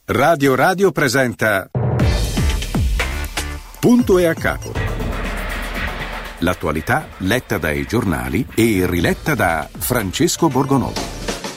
Radio Radio presenta Punto e a capo. L'attualità letta dai giornali e riletta da Francesco Borgonovo.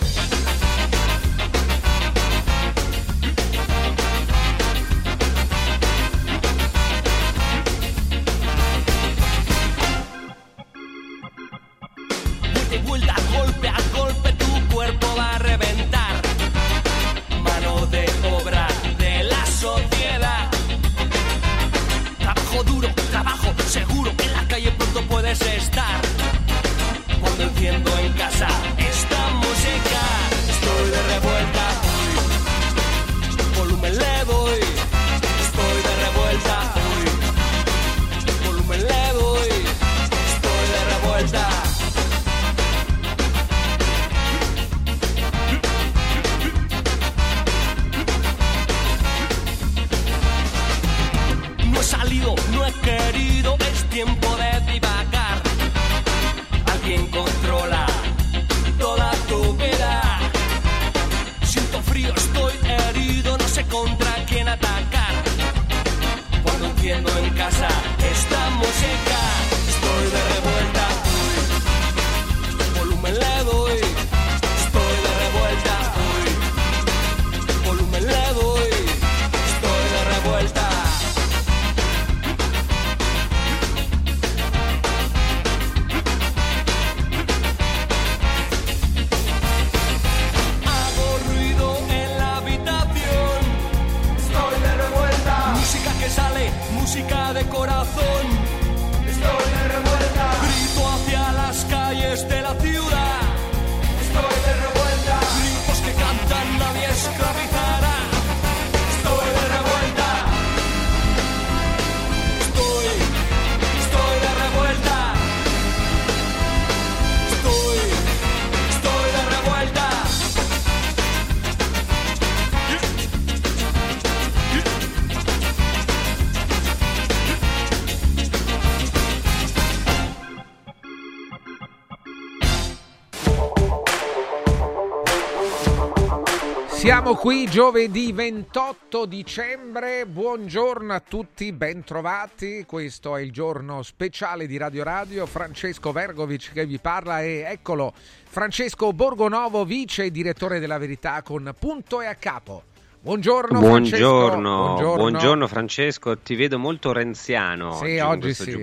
Siamo qui giovedì 28 dicembre, buongiorno a tutti, bentrovati, questo è il giorno speciale di Radio Radio, Francesco Vergovic che vi parla e eccolo, Francesco Borgonovo, vice direttore della Verità con Punto e a capo. Buongiorno Francesco. Buongiorno Francesco, ti vedo molto renziano. Sì, oggi sono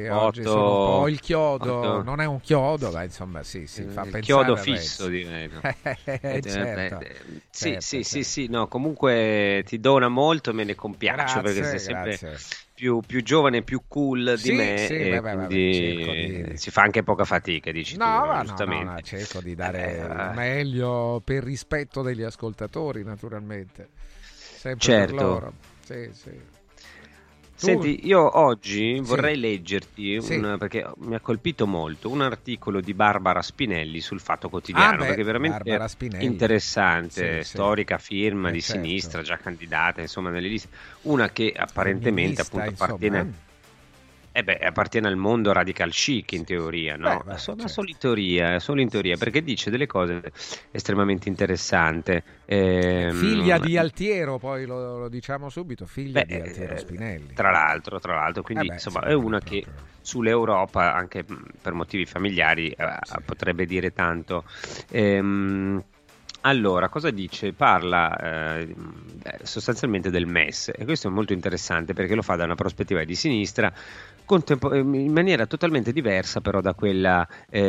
un po' il chiodo, non è un chiodo, ma insomma sì, fa pensare. Chiodo fisso direi. No? Certo. Sì, no, comunque ti dona molto, me ne compiaccio perché sei sempre più giovane, più cool di me, e quindi si fa anche poca fatica, dici tu, giustamente. No, cerco di dare meglio per rispetto degli ascoltatori, naturalmente. Sempre certo. Per loro. Sì. Senti, io oggi vorrei leggerti, perché mi ha colpito molto, un articolo di Barbara Spinelli sul Fatto Quotidiano, perché è veramente interessante, storica firma di sinistra, già candidata, insomma, nelle liste, una che apparentemente appunto appartiene al mondo radical chic in teoria, no? Solo in teoria, perché dice delle cose estremamente interessanti. Figlia di Altiero, poi lo diciamo subito, figlia di Altiero Spinelli. Tra l'altro, quindi insomma è una che sull'Europa, anche per motivi familiari, potrebbe dire tanto. Allora, cosa dice? Parla sostanzialmente del MES, e questo è molto interessante perché lo fa da una prospettiva di sinistra in maniera totalmente diversa però da quella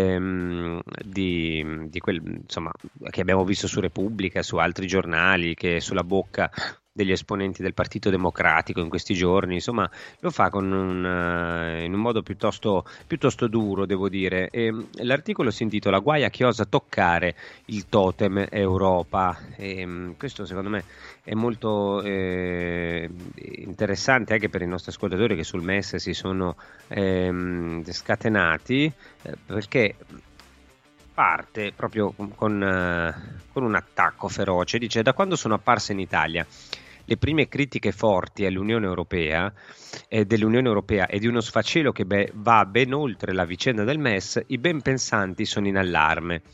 di quel, insomma, che abbiamo visto su Repubblica, su altri giornali, che è sulla bocca degli esponenti del Partito Democratico in questi giorni. Insomma, lo fa in un modo piuttosto duro, devo dire. E l'articolo si intitola "Guai a chi osa toccare il totem Europa", e questo secondo me è molto interessante anche per i nostri ascoltatori che sul MES si sono scatenati, perché parte proprio con un attacco feroce. Dice: da quando sono apparse in Italia le prime critiche forti all'Unione Europea, dell'Unione Europea e di uno sfacelo che va ben oltre la vicenda del MES, i ben pensanti sono in allarme.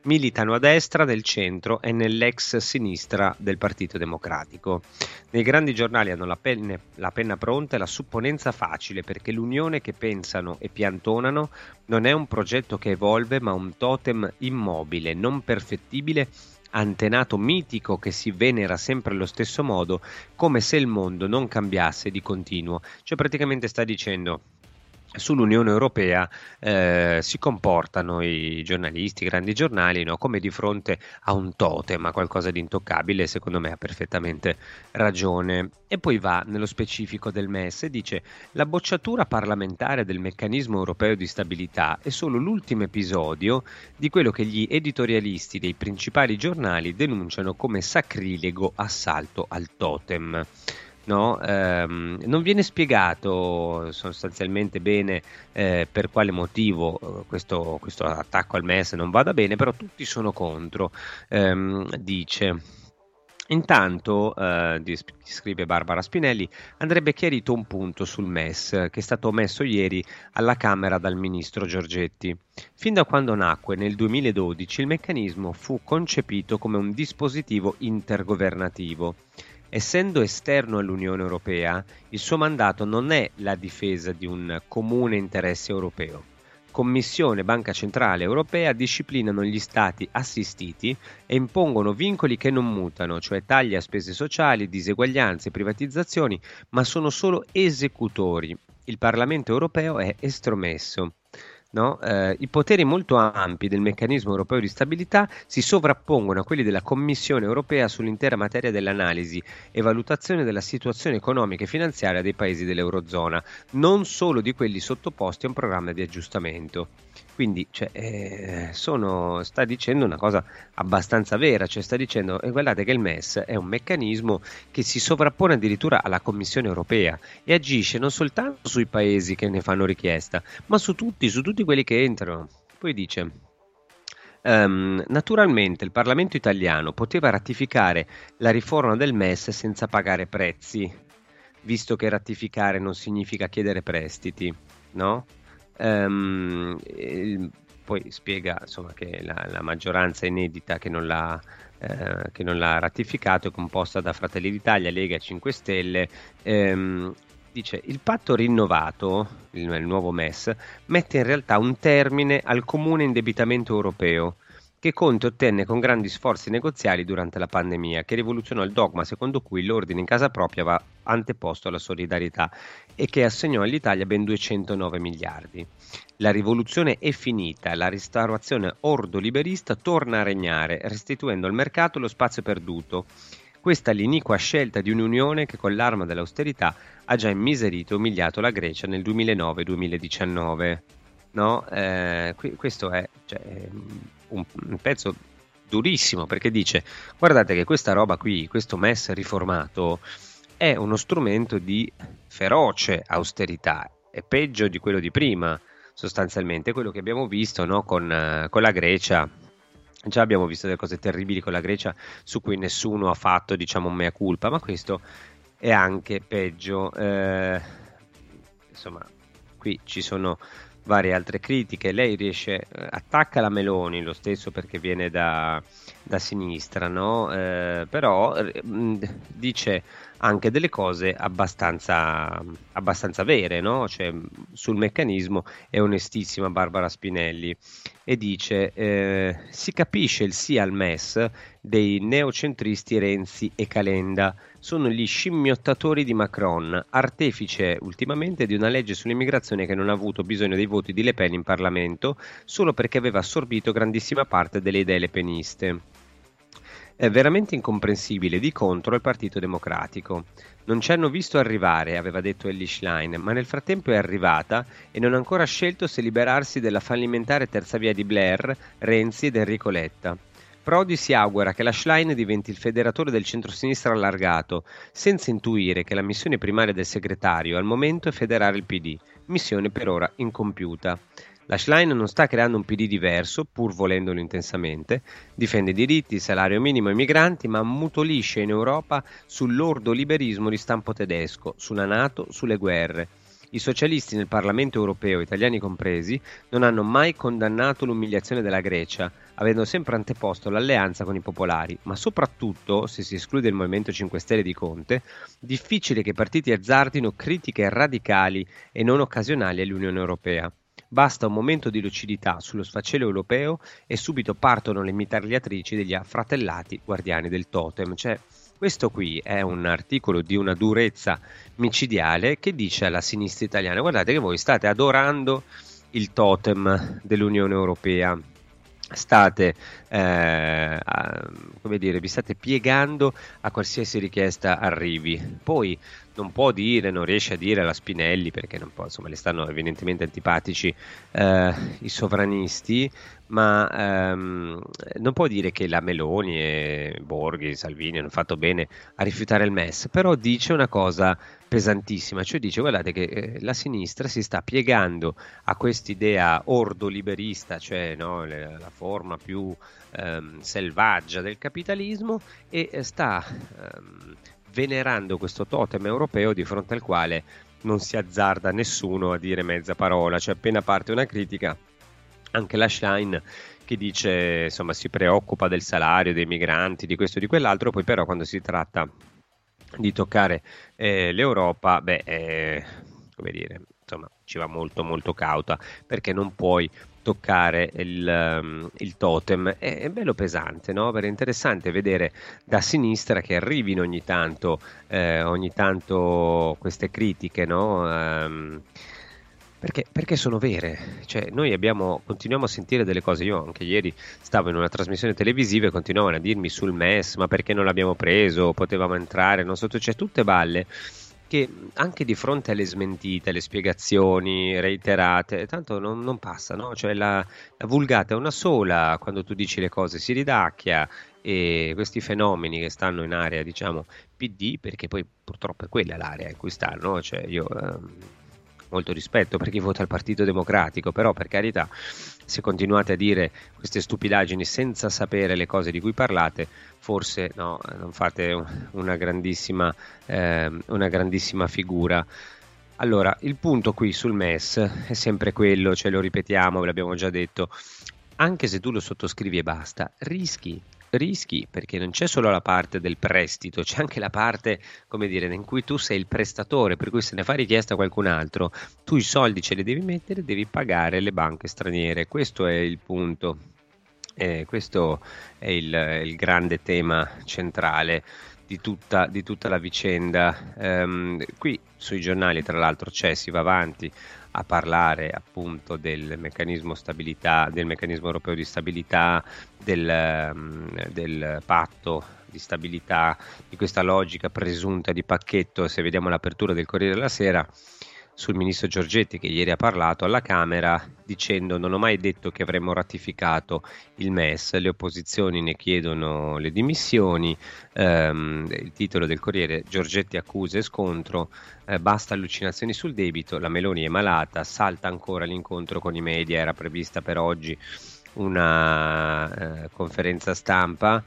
militano a destra, nel centro e nell'ex sinistra del Partito Democratico. Nei grandi giornali hanno la penna pronta e la supponenza facile, perché l'unione che pensano e piantonano non è un progetto che evolve, ma un totem immobile, non perfettibile, antenato mitico che si venera sempre allo stesso modo, come se il mondo non cambiasse di continuo. Cioè praticamente sta dicendo: sull'Unione Europea si comportano i giornalisti, i grandi giornali, no? Come di fronte a un totem, a qualcosa di intoccabile. Secondo me ha perfettamente ragione. E poi va nello specifico del MES e dice: la bocciatura parlamentare del meccanismo europeo di stabilità è solo l'ultimo episodio di quello che gli editorialisti dei principali giornali denunciano come sacrilego assalto al totem. No, non viene spiegato sostanzialmente bene per quale motivo questo attacco al MES non vada bene, però tutti sono contro, dice. Intanto, scrive Barbara Spinelli, andrebbe chiarito un punto sul MES che è stato omesso ieri alla Camera dal ministro Giorgetti. Fin da quando nacque nel 2012 il meccanismo fu concepito come un dispositivo intergovernativo. Essendo esterno all'Unione Europea, il suo mandato non è la difesa di un comune interesse europeo. Commissione e Banca Centrale Europea disciplinano gli Stati assistiti e impongono vincoli che non mutano, cioè tagli a spese sociali, diseguaglianze, privatizzazioni, ma sono solo esecutori. Il Parlamento europeo è estromesso. No? I poteri molto ampi del meccanismo europeo di stabilità si sovrappongono a quelli della Commissione europea sull'intera materia dell'analisi e valutazione della situazione economica e finanziaria dei paesi dell'Eurozona, non solo di quelli sottoposti a un programma di aggiustamento. Quindi sta dicendo una cosa abbastanza vera, cioè sta dicendo guardate che il MES è un meccanismo che si sovrappone addirittura alla Commissione europea e agisce non soltanto sui paesi che ne fanno richiesta, ma su tutti quelli che entrano. Poi dice: naturalmente il Parlamento italiano poteva ratificare la riforma del MES senza pagare prezzi, visto che ratificare non significa chiedere prestiti, no? Poi spiega insomma che la maggioranza inedita che non l'ha ratificato è composta da Fratelli d'Italia, Lega e 5 Stelle. Dice: il patto rinnovato, il nuovo MES, mette in realtà un termine al comune indebitamento europeo che Conte ottenne con grandi sforzi negoziali durante la pandemia, che rivoluzionò il dogma secondo cui l'ordine in casa propria va anteposto alla solidarietà e che assegnò all'Italia ben 209 miliardi. La rivoluzione è finita, la restaurazione ordoliberista torna a regnare, restituendo al mercato lo spazio perduto. Questa è l'iniqua scelta di un'Unione che con l'arma dell'austerità ha già immiserito e umiliato la Grecia nel 2009-2019. No? Questo è un pezzo durissimo, perché dice: guardate che questa roba qui, questo MES riformato, è uno strumento di feroce austerità, è peggio di quello di prima, sostanzialmente quello che abbiamo visto, no? con la Grecia. Già abbiamo visto delle cose terribili con la Grecia su cui nessuno ha fatto, diciamo, un mea culpa, ma questo è anche peggio. Insomma, qui ci sono varie altre critiche. Lei attacca la Meloni, lo stesso perché viene da sinistra, no? Però dice anche delle cose abbastanza vere, no? Cioè, sul meccanismo è onestissima Barbara Spinelli e dice: si capisce il sì al MES dei neocentristi Renzi e Calenda, sono gli scimmiottatori di Macron, artefice ultimamente di una legge sull'immigrazione che non ha avuto bisogno dei voti di Le Pen in Parlamento solo perché aveva assorbito grandissima parte delle idee lepeniste. È veramente incomprensibile di contro il Partito Democratico. Non ci hanno visto arrivare, aveva detto Elly Schlein, ma nel frattempo è arrivata e non ha ancora scelto se liberarsi della fallimentare terza via di Blair, Renzi ed Enrico Letta. Prodi si augura che la Schlein diventi il federatore del centrosinistra allargato, senza intuire che la missione primaria del segretario al momento è federare il PD, missione per ora incompiuta. La Schlein non sta creando un PD diverso, pur volendolo intensamente, difende i diritti, il salario minimo ai migranti, ma ammutolisce in Europa sull'ordoliberismo di stampo tedesco, sulla NATO, sulle guerre. I socialisti nel Parlamento europeo, italiani compresi, non hanno mai condannato l'umiliazione della Grecia, avendo sempre anteposto l'alleanza con i popolari, ma soprattutto, se si esclude il Movimento 5 Stelle di Conte, difficile che i partiti azzardino critiche radicali e non occasionali all'Unione Europea. Basta un momento di lucidità sullo sfacelo europeo e subito partono le mitragliatrici degli affratellati guardiani del totem. Cioè, questo qui è un articolo di una durezza micidiale che dice alla sinistra italiana: guardate che voi state adorando il totem dell'Unione Europea, state come dire, vi state piegando a qualsiasi richiesta arrivi. Poi non riesce a dire alla Spinelli, perché non può, insomma, le stanno evidentemente antipatici i sovranisti, ma non può dire che la Meloni e Borghi, Salvini hanno fatto bene a rifiutare il MES, però dice una cosa pesantissima, cioè dice: guardate che la sinistra si sta piegando a quest'idea ordoliberista, cioè no, la forma più selvaggia del capitalismo, e sta venerando questo totem europeo di fronte al quale non si azzarda nessuno a dire mezza parola. Cioè, appena parte una critica, anche la Schlein che dice, insomma, si preoccupa del salario dei migranti, di questo e di quell'altro, poi però quando si tratta di toccare l'Europa, come dire, insomma, ci va molto molto cauta, perché non puoi toccare il totem. È bello pesante, no? Perché è interessante vedere da sinistra che arrivino ogni tanto queste critiche, no? Perché sono vere. Cioè, noi continuiamo a sentire delle cose. Io anche ieri stavo in una trasmissione televisiva e continuavano a dirmi sul MES: ma perché non l'abbiamo preso, potevamo entrare, non so, cioè, tutte balle che anche di fronte alle smentite, alle spiegazioni reiterate, tanto non passa, no? Cioè la vulgata è una sola, quando tu dici le cose si ridacchia, e questi fenomeni che stanno in area, diciamo, PD, perché poi purtroppo è quella l'area in cui stanno, cioè io molto rispetto per chi vota il Partito Democratico, però per carità, se continuate a dire queste stupidaggini senza sapere le cose di cui parlate, forse no, non fate una grandissima figura. Allora, il punto qui sul MES è sempre quello, ce lo ripetiamo, ve l'abbiamo già detto: anche se tu lo sottoscrivi e basta, rischi, perché non c'è solo la parte del prestito, c'è anche la parte, come dire, in cui tu sei il prestatore, per cui se ne fa richiesta a qualcun altro, tu i soldi ce li devi mettere, devi pagare le banche straniere. Questo è il punto, questo è il grande tema centrale di tutta la vicenda. Qui sui giornali, tra l'altro, si va avanti a parlare appunto del meccanismo europeo di stabilità, del patto di stabilità, di questa logica presunta di pacchetto. Se vediamo l'apertura del Corriere della Sera, sul ministro Giorgetti, che ieri ha parlato alla Camera dicendo: non ho mai detto che avremmo ratificato il MES, le opposizioni ne chiedono le dimissioni. Il titolo del Corriere: Giorgetti accuse e scontro, basta allucinazioni sul debito, la Meloni è malata, salta ancora l'incontro con i media, era prevista per oggi una conferenza stampa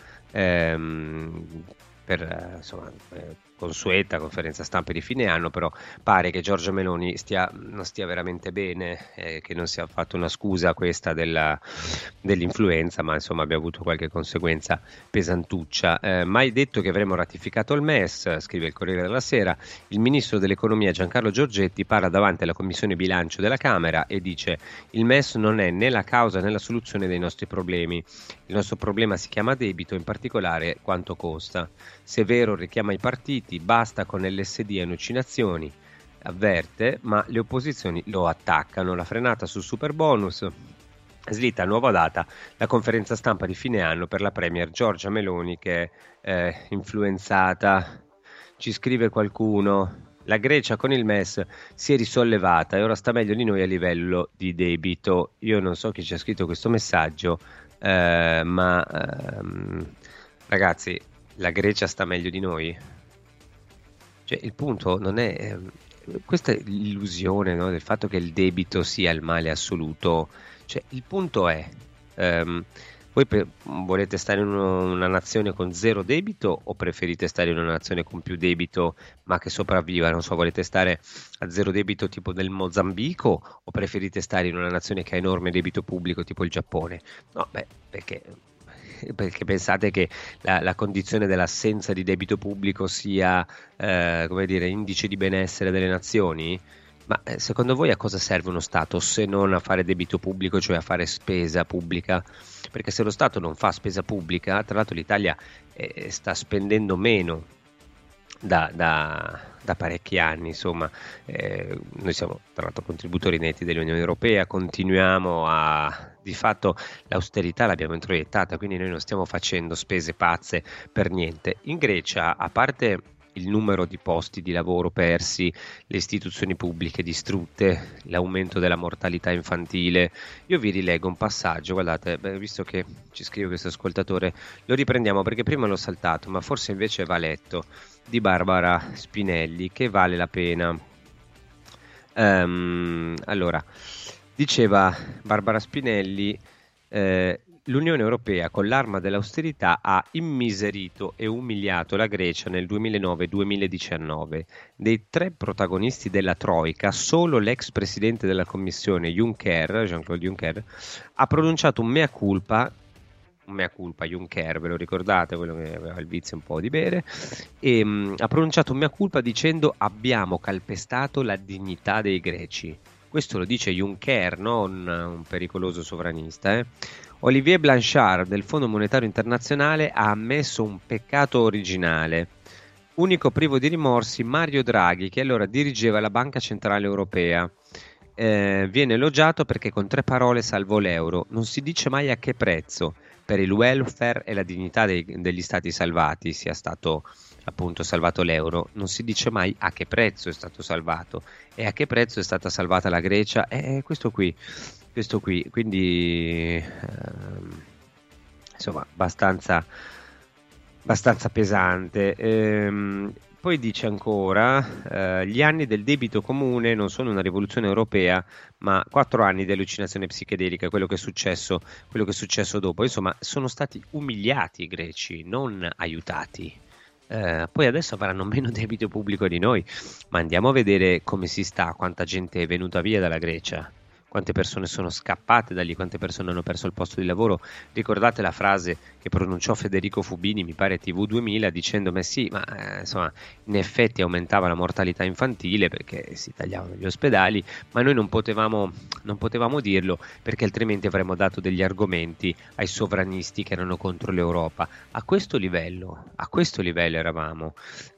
consueta conferenza stampa di fine anno, però pare che Giorgia Meloni non stia veramente bene, che non sia fatto una scusa questa dell'influenza, ma insomma abbia avuto qualche conseguenza pesantuccia. Mai detto che avremmo ratificato il MES, scrive il Corriere della Sera. Il ministro dell'economia Giancarlo Giorgetti parla davanti alla commissione bilancio della Camera e dice: il MES non è né la causa né la soluzione dei nostri problemi, il nostro problema si chiama debito, in particolare quanto costa. Se è vero, richiama i partiti, basta con l'SD e allucinazioni, avverte, ma le opposizioni lo attaccano. La frenata sul super bonus, slitta a nuova data la conferenza stampa di fine anno per la premier Giorgia Meloni, che è influenzata. Ci scrive qualcuno: la Grecia con il MES si è risollevata e ora sta meglio di noi a livello di debito. Io non so chi ci ha scritto questo messaggio, ma ragazzi, la Grecia sta meglio di noi? Cioè, il punto non è questa è l'illusione, no, del fatto che il debito sia il male assoluto. Cioè, il punto è Voi volete stare in una nazione con zero debito o preferite stare in una nazione con più debito ma che sopravviva? Non so, volete stare a zero debito tipo del Mozambico o preferite stare in una nazione che ha enorme debito pubblico tipo il Giappone? No, perché pensate che la condizione dell'assenza di debito pubblico sia come dire, indice di benessere delle nazioni? Ma secondo voi a cosa serve uno Stato se non a fare debito pubblico, cioè a fare spesa pubblica? Perché se lo Stato non fa spesa pubblica, tra l'altro l'Italia sta spendendo meno da parecchi anni, insomma, noi siamo tra l'altro contributori netti dell'Unione Europea, continuiamo di fatto l'austerità l'abbiamo introiettata, quindi noi non stiamo facendo spese pazze per niente. In Grecia, a parte il numero di posti di lavoro persi, le istituzioni pubbliche distrutte, l'aumento della mortalità infantile. Io vi rileggo un passaggio, guardate, visto che ci scrive questo ascoltatore, lo riprendiamo perché prima l'ho saltato, ma forse invece va letto, di Barbara Spinelli, che vale la pena. Allora, diceva Barbara Spinelli, l'Unione Europea con l'arma dell'austerità ha immiserito e umiliato la Grecia nel 2009-2019. Dei 3 protagonisti della Troica, solo l'ex presidente della Commissione Jean-Claude Juncker, ha pronunciato un mea culpa, Juncker, ve lo ricordate, quello che aveva il vizio un po' di bere, e ha pronunciato un mea culpa dicendo: abbiamo calpestato la dignità dei greci. Questo lo dice Juncker, non un pericoloso sovranista. Olivier Blanchard del Fondo Monetario Internazionale ha ammesso un peccato originale. Unico privo di rimorsi Mario Draghi, che allora dirigeva la Banca Centrale Europea. Viene elogiato perché con 3 parole salvò l'euro. Non si dice mai a che prezzo. Per il welfare e la dignità degli stati salvati sia stato appunto salvato l'euro, non si dice mai a che prezzo è stato salvato e a che prezzo è stata salvata la Grecia. Questo qui, quindi insomma abbastanza pesante. Poi dice ancora, gli anni del debito comune non sono una rivoluzione europea, ma 4 anni di allucinazione psichedelica, quello che è successo dopo. Insomma, sono stati umiliati i greci, non aiutati. Poi adesso avranno meno debito pubblico di noi, ma andiamo a vedere come si sta, quanta gente è venuta via dalla Grecia, quante persone sono scappate da lì, quante persone hanno perso il posto di lavoro. Ricordate la frase che pronunciò Federico Fubini, mi pare TV2000, dicendo: ma sì, ma insomma, in effetti aumentava la mortalità infantile perché si tagliavano gli ospedali, ma noi non potevamo dirlo perché altrimenti avremmo dato degli argomenti ai sovranisti che erano contro l'Europa. A questo livello eravamo.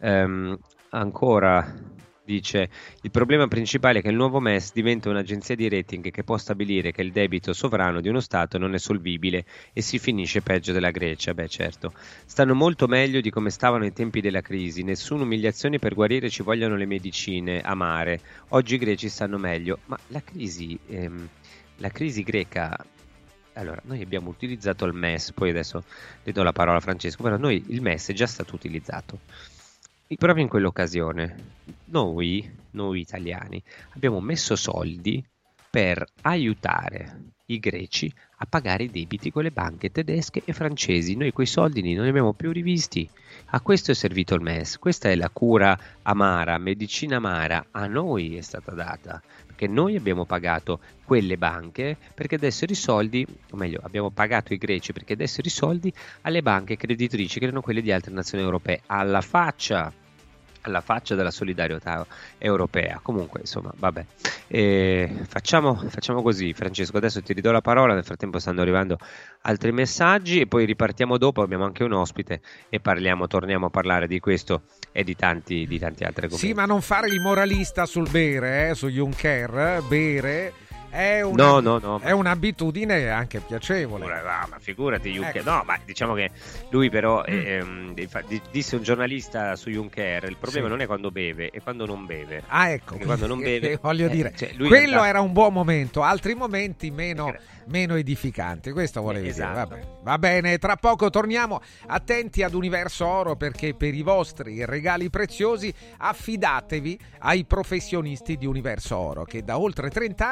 Ancora dice: il problema principale è che il nuovo MES diventa un'agenzia di rating che può stabilire che il debito sovrano di uno Stato non è solvibile e si finisce peggio della Grecia. Beh, certo, stanno molto meglio di come stavano ai tempi della crisi. Nessuna umiliazione, per guarire ci vogliono le medicine amare. Oggi i greci stanno meglio, ma la crisi greca. Allora, noi abbiamo utilizzato il MES, poi adesso le do la parola a Francesco, però noi il MES è già stato utilizzato. E proprio in quell'occasione noi italiani abbiamo messo soldi per aiutare i greci a pagare i debiti con le banche tedesche e francesi. Noi quei soldi non li abbiamo più rivisti. A questo è servito il MES. Questa è la cura amara, medicina amara, a noi è stata data, perché noi abbiamo pagato quelle banche perché dessero i soldi, o meglio, abbiamo pagato i greci perché dessero i soldi alle banche creditrici che erano quelle di altre nazioni europee, alla faccia della solidarietà europea. Comunque, insomma, vabbè, facciamo così. Francesco, adesso ti ridò la parola, nel frattempo stanno arrivando altri messaggi e poi ripartiamo dopo, abbiamo anche un ospite e torniamo a parlare di questo e di tanti altre argomenti. Sì, ma non fare il moralista sul bere, su Juncker. Bere è un'abitudine anche piacevole. Ma figurati Juncker. Ecco. No, ma diciamo che lui però disse un giornalista su Juncker: il problema non è quando beve, è quando non beve. Ah, ecco. Perché quando non beve, voglio dire, quello era un buon momento, altri momenti meno edificanti. Questo volevi dire. Vabbè. Va bene, tra poco torniamo. Attenti ad Universo Oro, perché per i vostri regali preziosi affidatevi ai professionisti di Universo Oro, che da oltre 30 anni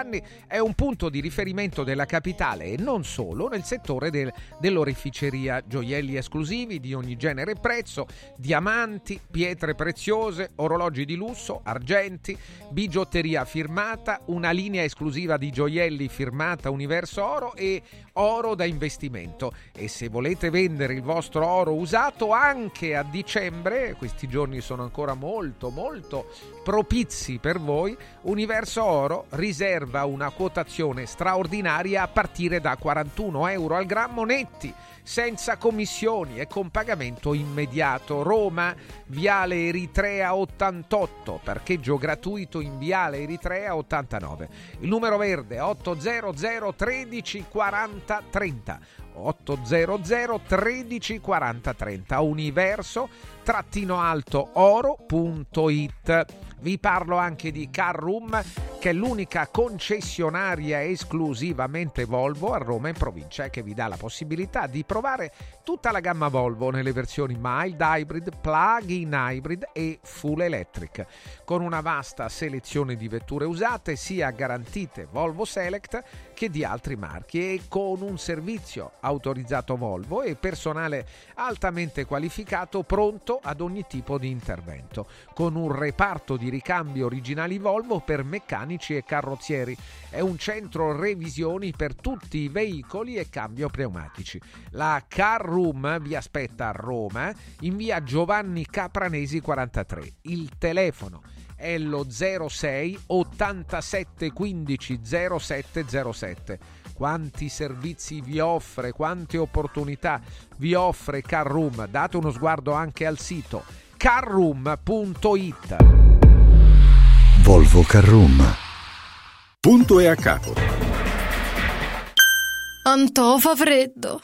è un punto di riferimento della capitale e non solo nel settore dell'oreficeria. Gioielli esclusivi di ogni genere e prezzo, diamanti, pietre preziose, orologi di lusso, argenti, bigiotteria firmata, una linea esclusiva di gioielli firmata Universo Oro e oro da investimento. E se volete vendere il vostro oro usato anche a dicembre, questi giorni sono ancora molto propizi per voi, Universo Oro riserva una quotazione straordinaria a partire da 41 euro al grammo netti, senza commissioni e con pagamento immediato. Roma, Viale Eritrea 88, parcheggio gratuito in Viale Eritrea 89. Il numero verde 800 13 40 30. 800 13 40 30. universo-oro.it. Vi parlo anche di Carroom, che è l'unica concessionaria esclusivamente Volvo a Roma in provincia, che vi dà la possibilità di provare tutta la gamma Volvo nelle versioni mild hybrid, plug-in hybrid e full electric, con una vasta selezione di vetture usate sia garantite Volvo Select che di altri marchi, e con un servizio autorizzato Volvo e personale altamente qualificato pronto ad ogni tipo di intervento, con un reparto di ricambio originali Volvo per meccanici e carrozzieri e un centro revisioni per tutti i veicoli e cambio pneumatici. La Carroom vi aspetta a Roma in via Giovanni Capranesi 43. Il telefono è lo 06 87 15 0707. Quanti servizi vi offre, quante opportunità vi offre Carroom. Date uno sguardo anche al sito carroom.it. Volvo Carroom. Punto e a capo. Antò fa freddo,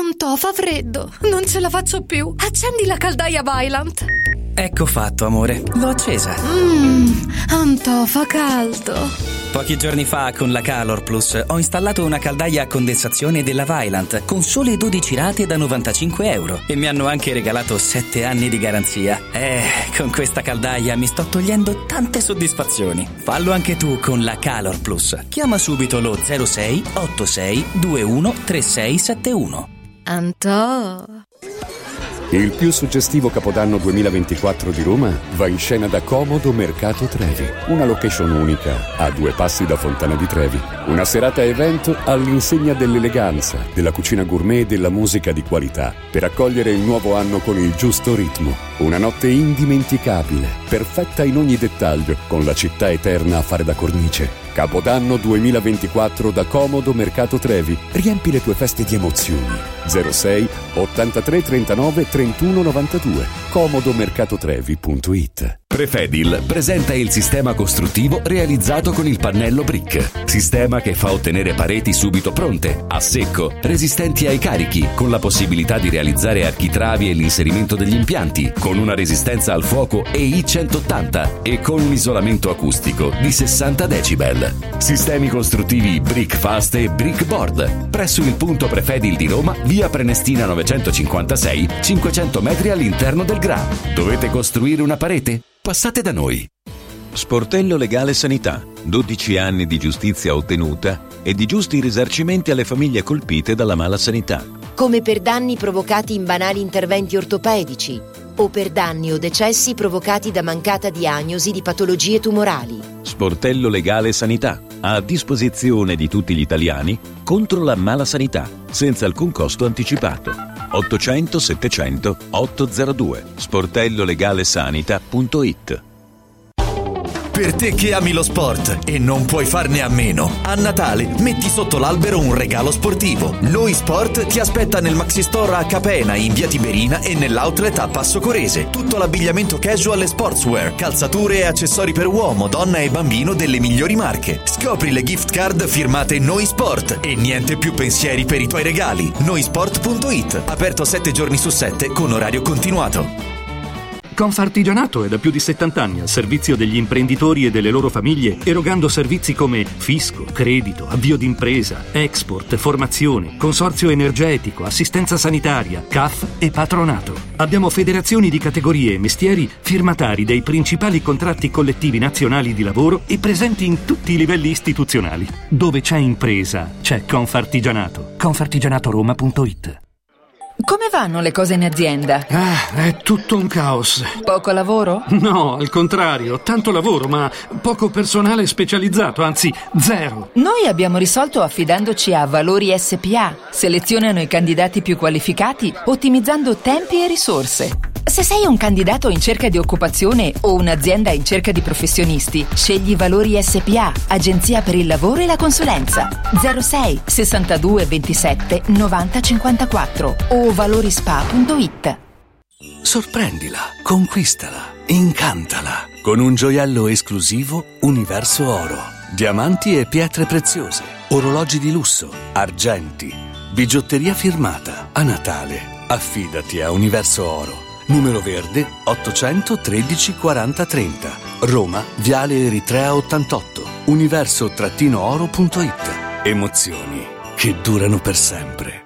non ce la faccio più. Accendi la caldaia Vaillant. Ecco fatto, amore, l'ho accesa. Antò fa caldo. Pochi giorni fa con la Calor Plus ho installato una caldaia a condensazione della Vaillant con sole 12 rate da 95 euro e mi hanno anche regalato 7 anni di garanzia. Con questa caldaia mi sto togliendo tante soddisfazioni. Fallo anche tu con la Calor Plus. Chiama subito lo 06 86 21 3671. Antò. Il più suggestivo Capodanno 2024 di Roma va in scena da Comodo Mercato Trevi, una location unica a 2 passi da Fontana di Trevi. Una serata evento all'insegna dell'eleganza, della cucina gourmet e della musica di qualità, per accogliere il nuovo anno con il giusto ritmo. Una notte indimenticabile, perfetta in ogni dettaglio, con la città eterna a fare da cornice. Capodanno 2024 da Comodo Mercato Trevi. Riempi le tue feste di emozioni. 06 83 39 31 92. comodomercatotrevi.it. Prefedil presenta il sistema costruttivo realizzato con il pannello brick. Sistema che fa ottenere pareti subito pronte, a secco, resistenti ai carichi, con la possibilità di realizzare architravi e l'inserimento degli impianti, con una resistenza al fuoco EI 180 e con un isolamento acustico di 60 decibel. Sistemi costruttivi Brick Fast e Brick Board. Presso il punto Prefedil di Roma, via Prenestina 956, 500 metri all'interno del GRA. Dovete costruire una parete? Passate da noi. Sportello Legale Sanità. 12 anni di giustizia ottenuta e di giusti risarcimenti alle famiglie colpite dalla mala sanità. Come per danni provocati in banali interventi ortopedici o per danni o decessi provocati da mancata diagnosi di patologie tumorali. Sportello Legale Sanità. A disposizione di tutti gli italiani contro la mala sanità, senza alcun costo anticipato. 800 700 802. sportellolegalesanita.it. Per te che ami lo sport e non puoi farne a meno, a Natale metti sotto l'albero un regalo sportivo. Noi Sport ti aspetta nel Maxi Store a Capena, in via Tiberina e nell'outlet a Passo Corese. Tutto l'abbigliamento casual e sportswear, calzature e accessori per uomo, donna e bambino delle migliori marche. Scopri le gift card firmate Noi Sport e niente più pensieri per i tuoi regali. Noisport.it, aperto 7 giorni su 7 con orario continuato. Confartigianato è da più di 70 anni al servizio degli imprenditori e delle loro famiglie, erogando servizi come fisco, credito, avvio d'impresa, export, formazione, consorzio energetico, assistenza sanitaria, CAF e patronato. Abbiamo federazioni di categorie e mestieri firmatari dei principali contratti collettivi nazionali di lavoro e presenti in tutti i livelli istituzionali. Dove c'è impresa, c'è Confartigianato. Confartigianatoroma.it. Come vanno le cose in azienda? È tutto un caos. Poco lavoro? No, al contrario, tanto lavoro, ma poco personale specializzato, anzi zero. Noi abbiamo risolto affidandoci a Valori SPA. Selezionano i candidati più qualificati, ottimizzando tempi e risorse. Se sei un candidato in cerca di occupazione o un'azienda in cerca di professionisti, scegli Valori SPA, agenzia per il lavoro e la consulenza. 06 62 27 90 54 o valorispa.it. Sorprendila, conquistala, incantala con un gioiello esclusivo Universo Oro. Diamanti e pietre preziose, orologi di lusso, argenti, bigiotteria firmata. A Natale affidati a Universo Oro. Numero verde 813 40 30. Roma, Viale Eritrea 88. Universo-oro.it. Emozioni che durano per sempre.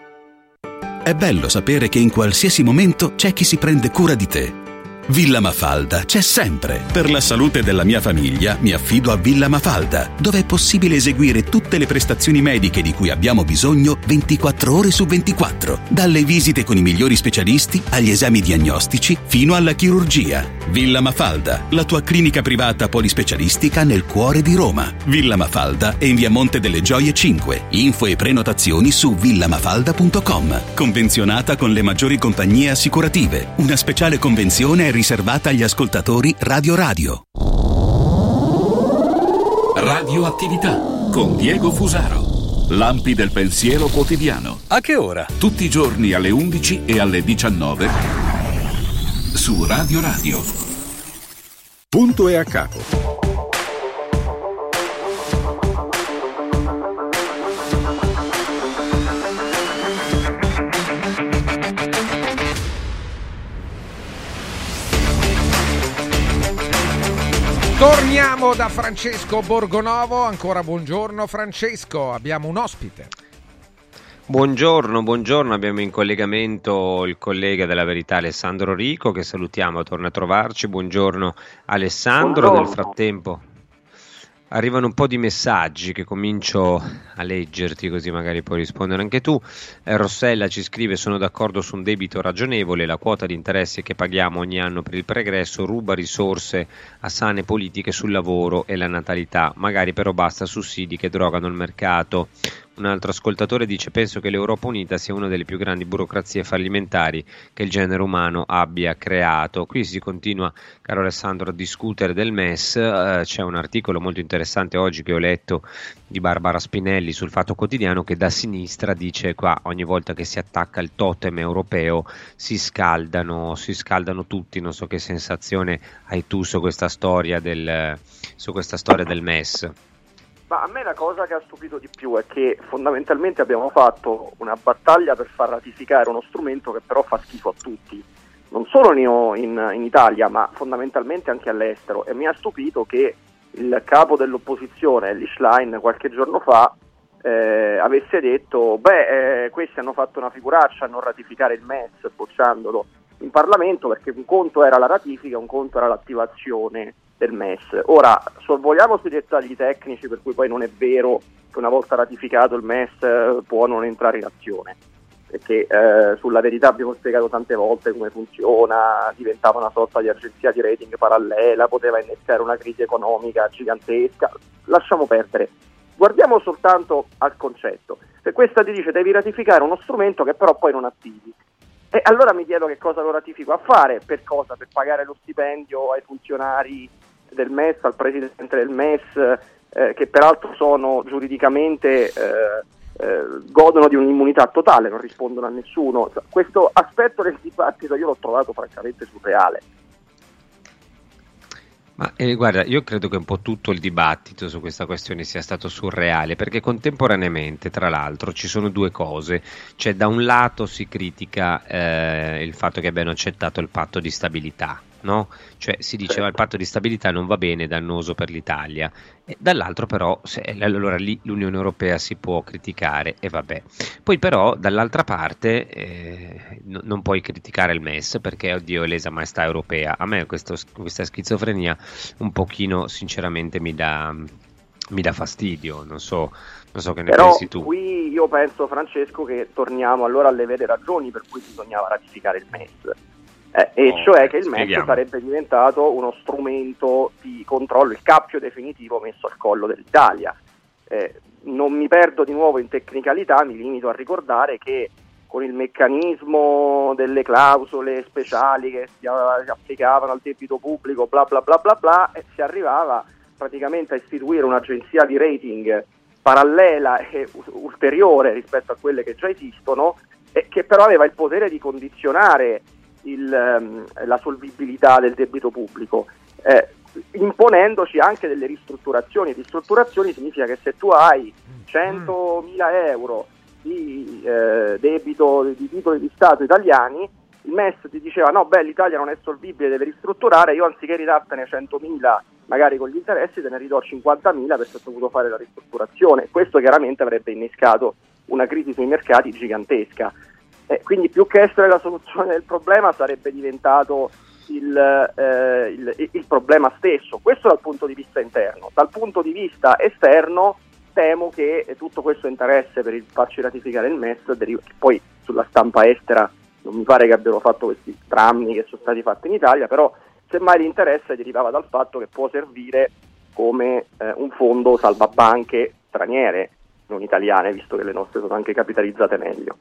È bello sapere che in qualsiasi momento c'è chi si prende cura di te. Villa Mafalda c'è sempre. Per la salute della mia famiglia mi affido a Villa Mafalda, dove è possibile eseguire tutte le prestazioni mediche di cui abbiamo bisogno 24 ore su 24, dalle visite con i migliori specialisti agli esami diagnostici fino alla chirurgia. Villa Mafalda, la tua clinica privata polispecialistica nel cuore di Roma. Villa Mafalda è in via Monte delle Gioie 5. Info e prenotazioni su villamafalda.com. Convenzionata con le maggiori compagnie assicurative. Una speciale convenzione è riservata agli ascoltatori Radio. Radioattività con Diego Fusaro. Lampi del pensiero quotidiano. A che ora? Tutti i giorni alle 11 e alle 19 su Radio. Punto e a capo. Torniamo da Francesco Borgonovo, ancora buongiorno Francesco, abbiamo un ospite. Buongiorno, abbiamo in collegamento il collega della Verità Alessandro Rico, che salutiamo, torna a trovarci. Buongiorno Alessandro. Buongiorno. Nel frattempo arrivano un po' di messaggi che comincio a leggerti, così magari puoi rispondere anche tu. Rossella ci scrive: sono d'accordo su un debito ragionevole, la quota di interessi che paghiamo ogni anno per il pregresso ruba risorse a sane politiche sul lavoro e la natalità, magari però basta sussidi che drogano il mercato. Un altro ascoltatore dice: penso che l'Europa Unita sia una delle più grandi burocrazie fallimentari che il genere umano abbia creato. Qui si continua, caro Alessandro, a discutere del MES. C'è un articolo molto interessante oggi che ho letto di Barbara Spinelli sul Fatto Quotidiano, che da sinistra dice: qua ogni volta che si attacca il totem europeo si scaldano tutti. Non so che sensazione hai tu su questa storia del MES. Ma a me la cosa che ha stupito di più è che fondamentalmente abbiamo fatto una battaglia per far ratificare uno strumento che però fa schifo a tutti, non solo in Italia ma fondamentalmente anche all'estero, e mi ha stupito che il capo dell'opposizione, Elly Schlein, qualche giorno fa avesse detto questi hanno fatto una figuraccia a non ratificare il MES bocciandolo in Parlamento, perché un conto era la ratifica, un conto era l'attivazione del MES. Ora, sorvoliamo sui dettagli tecnici, per cui poi non è vero che una volta ratificato il MES può non entrare in azione, perché sulla Verità abbiamo spiegato tante volte come funziona, diventava una sorta di agenzia di rating parallela, poteva innescare una crisi economica gigantesca. Lasciamo perdere, guardiamo soltanto al concetto. Se questa ti dice devi ratificare uno strumento che però poi non attivi, e allora mi chiedo che cosa lo ratifico a fare, per cosa? Per pagare lo stipendio ai funzionari del MES, al presidente del MES, che peraltro sono giuridicamente godono di un'immunità totale, non rispondono a nessuno. Questo aspetto del dibattito io l'ho trovato francamente surreale. Ma guarda, io credo che un po' tutto il dibattito su questa questione sia stato surreale, perché contemporaneamente, tra l'altro, ci sono due cose. Cioè, da un lato si critica il fatto che abbiano accettato il patto di stabilità, no? Cioè si diceva il patto di stabilità non va bene, è dannoso per l'Italia, e dall'altro però allora lì l'Unione Europea si può criticare e vabbè. Poi però dall'altra parte non puoi criticare il MES perché oddio è lesa maestà europea. A me questa schizofrenia un pochino sinceramente mi dà fastidio, non so che ne pensi tu. Qui io penso, Francesco, che torniamo allora alle vere ragioni per cui bisognava ratificare il MES. Cioè che il MES sarebbe diventato uno strumento di controllo, il cappio definitivo messo al collo dell'Italia. Non mi perdo di nuovo in tecnicalità, mi limito a ricordare che con il meccanismo delle clausole speciali che si applicavano al debito pubblico, bla bla bla bla bla, si arrivava praticamente a istituire un'agenzia di rating parallela e ulteriore rispetto a quelle che già esistono, e che però aveva il potere di condizionare la solvibilità del debito pubblico, imponendoci anche delle ristrutturazioni. Ristrutturazioni significa che se tu hai 100.000 euro di debito di titoli di Stato italiani, il MES ti diceva no, l'Italia non è solvibile, deve ristrutturare, io anziché ridartene 100.000 magari con gli interessi te ne ridò 50.000 perché ho dovuto fare la ristrutturazione. Questo chiaramente avrebbe innescato una crisi sui mercati gigantesca. Quindi più che essere la soluzione del problema sarebbe diventato il problema stesso. Questo dal punto di vista interno. Dal punto di vista esterno temo che tutto questo interesse per farci ratificare il MES poi sulla stampa estera non mi pare che abbiano fatto questi drammi che sono stati fatti in Italia, però semmai l'interesse derivava dal fatto che può servire come un fondo salvabanche straniere, non italiane, visto che le nostre sono anche capitalizzate meglio.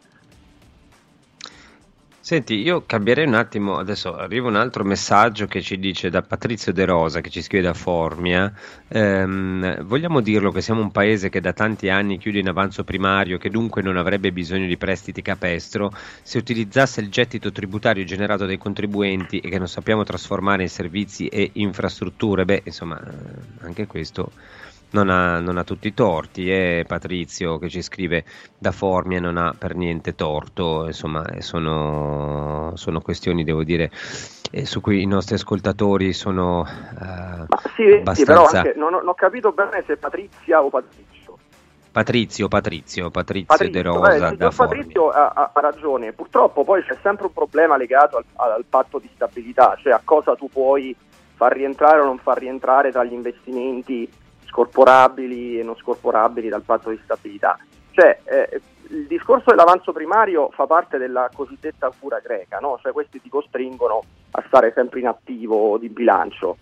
Senti, io cambierei un attimo, adesso arriva un altro messaggio che ci dice da Patrizio De Rosa, che ci scrive da Formia. Vogliamo dirlo che siamo un paese che da tanti anni chiude in avanzo primario, che dunque non avrebbe bisogno di prestiti capestro, se utilizzasse il gettito tributario generato dai contribuenti e che non sappiamo trasformare in servizi e infrastrutture. Insomma, anche questo non ha tutti i torti, Patrizio che ci scrive da Formia non ha per niente torto, insomma sono questioni, devo dire, su cui i nostri ascoltatori sono abbastanza... Sì, però anche, non ho capito bene se Patrizia o Patrizio. Patrizio De Rosa da Formia. Patrizio ha ragione, purtroppo poi c'è sempre un problema legato al patto di stabilità, cioè a cosa tu puoi far rientrare o non far rientrare tra gli investimenti scorporabili e non scorporabili dal patto di stabilità. Cioè il discorso dell'avanzo primario fa parte della cosiddetta cura greca, no? Cioè questi ti costringono a stare sempre in attivo di bilancio,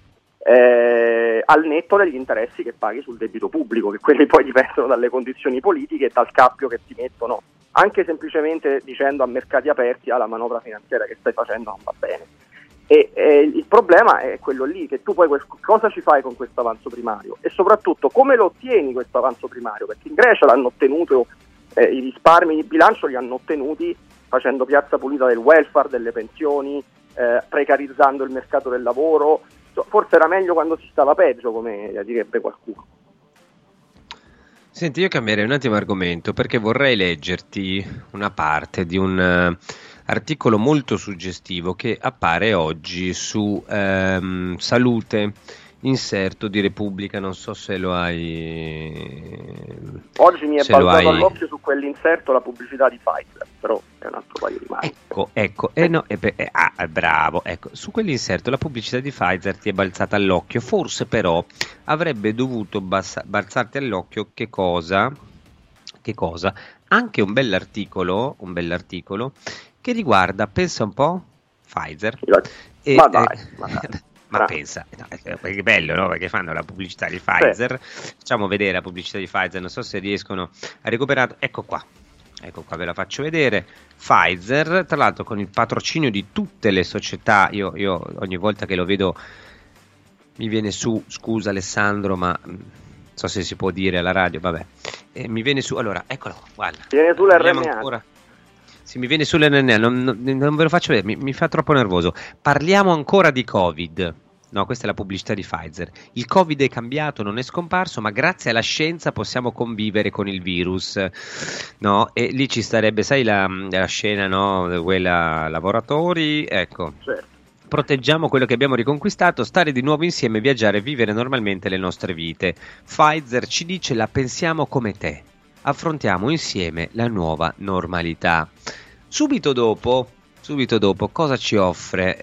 al netto degli interessi che paghi sul debito pubblico, che quelli poi dipendono dalle condizioni politiche e dal cappio che ti mettono, anche semplicemente dicendo a mercati aperti la manovra finanziaria che stai facendo non va bene. E il problema è quello lì, che tu poi cosa ci fai con questo avanzo primario e soprattutto come lo ottieni questo avanzo primario, perché in Grecia l'hanno ottenuto, i risparmi di bilancio li hanno ottenuti facendo piazza pulita del welfare, delle pensioni, precarizzando il mercato del lavoro. Forse era meglio quando si stava peggio, come direbbe qualcuno. Senti, io cambierei un attimo argomento perché vorrei leggerti una parte di un articolo molto suggestivo che appare oggi su Salute, inserto di Repubblica, non so se lo hai. Oggi mi è balzato all'occhio su quell'inserto la pubblicità di Pfizer, però è un altro paio di mani. Ecco, bravo, ecco, su quell'inserto la pubblicità di Pfizer ti è balzata all'occhio, forse però avrebbe dovuto balzarti all'occhio che cosa? Anche un bell'articolo che riguarda, pensa un po', Pfizer. Ma pensa, che bello, no? Perché fanno la pubblicità di Pfizer. Facciamo vedere la pubblicità di Pfizer, non so se riescono a recuperare. Ecco qua, ve la faccio vedere. Pfizer, tra l'altro con il patrocinio di tutte le società. Io ogni volta che lo vedo mi viene su, scusa Alessandro, ma non so se si può dire alla radio, vabbè. Mi viene su, allora, eccolo, guarda. Viene sull'RNA. Sì, mi viene sull'RNA, non ve lo faccio vedere, mi fa troppo nervoso. Parliamo ancora di Covid. No, questa è la pubblicità di Pfizer. Il Covid è cambiato, non è scomparso, ma grazie alla scienza possiamo convivere con il virus. No? E lì ci starebbe, sai, la scena, no? Quella lavoratori, ecco. Certo. proteggiamo quello che abbiamo riconquistato, stare di nuovo insieme, viaggiare, vivere normalmente le nostre vite. Pfizer ci dice: la pensiamo come te, affrontiamo insieme la nuova normalità. Subito dopo cosa ci offre